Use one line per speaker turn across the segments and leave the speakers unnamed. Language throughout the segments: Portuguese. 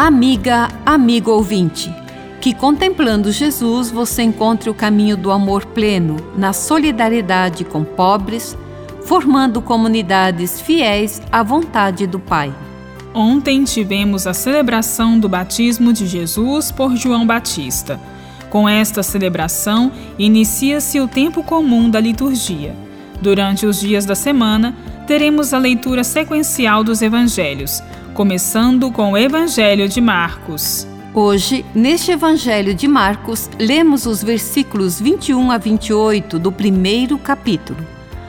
Amiga, amigo ouvinte, que contemplando Jesus você encontre o caminho do amor pleno, na solidariedade com pobres, formando comunidades fiéis à vontade do Pai.
Ontem tivemos a celebração do batismo de Jesus por João Batista. Com esta celebração, inicia-se o tempo comum da liturgia. Durante os dias da semana, teremos a leitura sequencial dos evangelhos, começando com o Evangelho de Marcos.
Hoje, neste Evangelho de Marcos, lemos os versículos 21 a 28 do primeiro capítulo.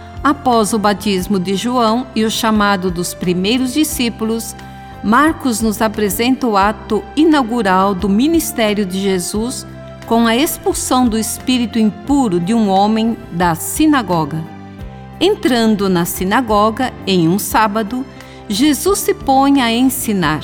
Após o batismo de João e o chamado dos primeiros discípulos, Marcos nos apresenta o ato inaugural do ministério de Jesus com a expulsão do espírito impuro de um homem da sinagoga. Entrando na sinagoga em um sábado, Jesus se põe a ensinar.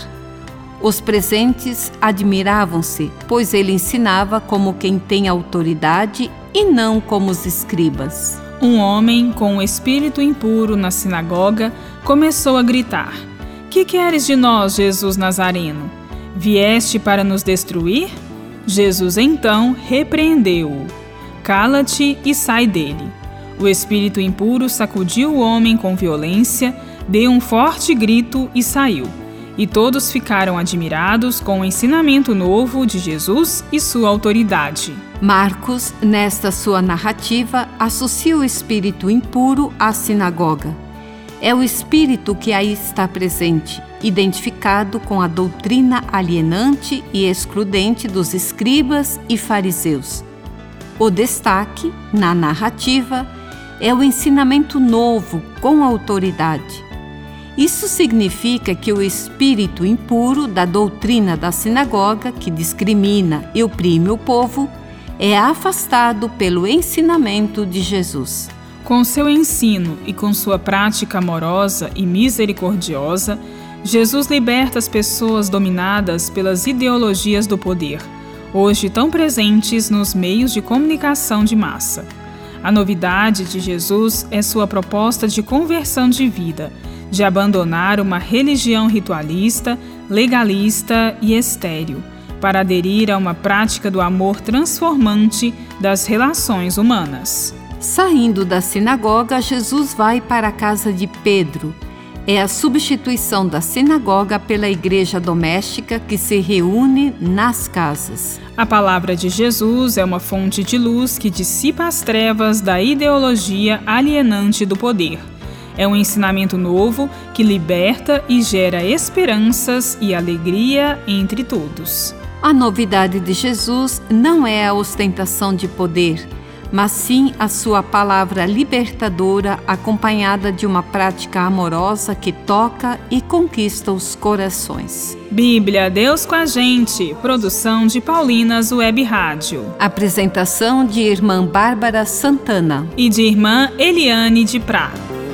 Os presentes admiravam-se, pois ele ensinava como quem tem autoridade e não como os escribas.
Um homem com um espírito impuro na sinagoga começou a gritar: "Que queres de nós, Jesus Nazareno? Vieste para nos destruir?" Jesus então repreendeu-o: "Cala-te e sai dele." O espírito impuro sacudiu o homem com violência, deu um forte grito e saiu. E todos ficaram admirados com o ensinamento novo de Jesus e sua autoridade.
Marcos, nesta sua narrativa, associa o espírito impuro à sinagoga. É o espírito que aí está presente, identificado com a doutrina alienante e excludente dos escribas e fariseus. O destaque, na narrativa, é o ensinamento novo com autoridade. Isso significa que o espírito impuro da doutrina da sinagoga, que discrimina e oprime o povo, é afastado pelo ensinamento de Jesus.
Com seu ensino e com sua prática amorosa e misericordiosa, Jesus liberta as pessoas dominadas pelas ideologias do poder, hoje tão presentes nos meios de comunicação de massa. A novidade de Jesus é sua proposta de conversão de vida, de abandonar uma religião ritualista, legalista e estéril, para aderir a uma prática do amor transformante das relações humanas.
Saindo da sinagoga, Jesus vai para a casa de Pedro. É a substituição da sinagoga pela igreja doméstica que se reúne nas casas.
A palavra de Jesus é uma fonte de luz que dissipa as trevas da ideologia alienante do poder. É um ensinamento novo que liberta e gera esperanças e alegria entre todos.
A novidade de Jesus não é a ostentação de poder, mas sim a sua palavra libertadora acompanhada de uma prática amorosa que toca e conquista os corações.
Bíblia, Deus com a gente. Produção de Paulinas Web Rádio.
Apresentação de irmã Bárbara Santana
e de irmã Eliane de Prá.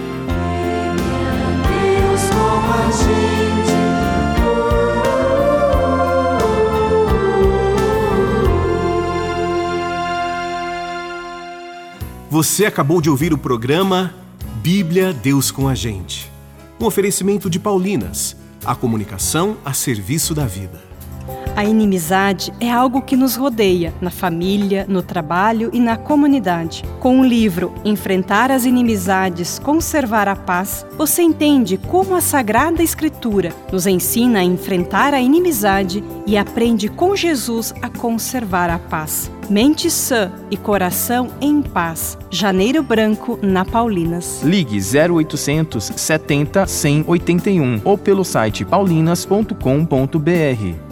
Você acabou de ouvir o programa Bíblia, Deus com a gente. Um oferecimento de Paulinas, a comunicação a serviço da vida.
A inimizade é algo que nos rodeia, na família, no trabalho e na comunidade. Com o livro Enfrentar as Inimizades, Conservar a Paz, você entende como a Sagrada Escritura nos ensina a enfrentar a inimizade e aprende com Jesus a conservar a paz. Mente sã e coração em paz. Janeiro Branco, na Paulinas.
Ligue 0800 70 100 81 ou pelo site paulinas.com.br.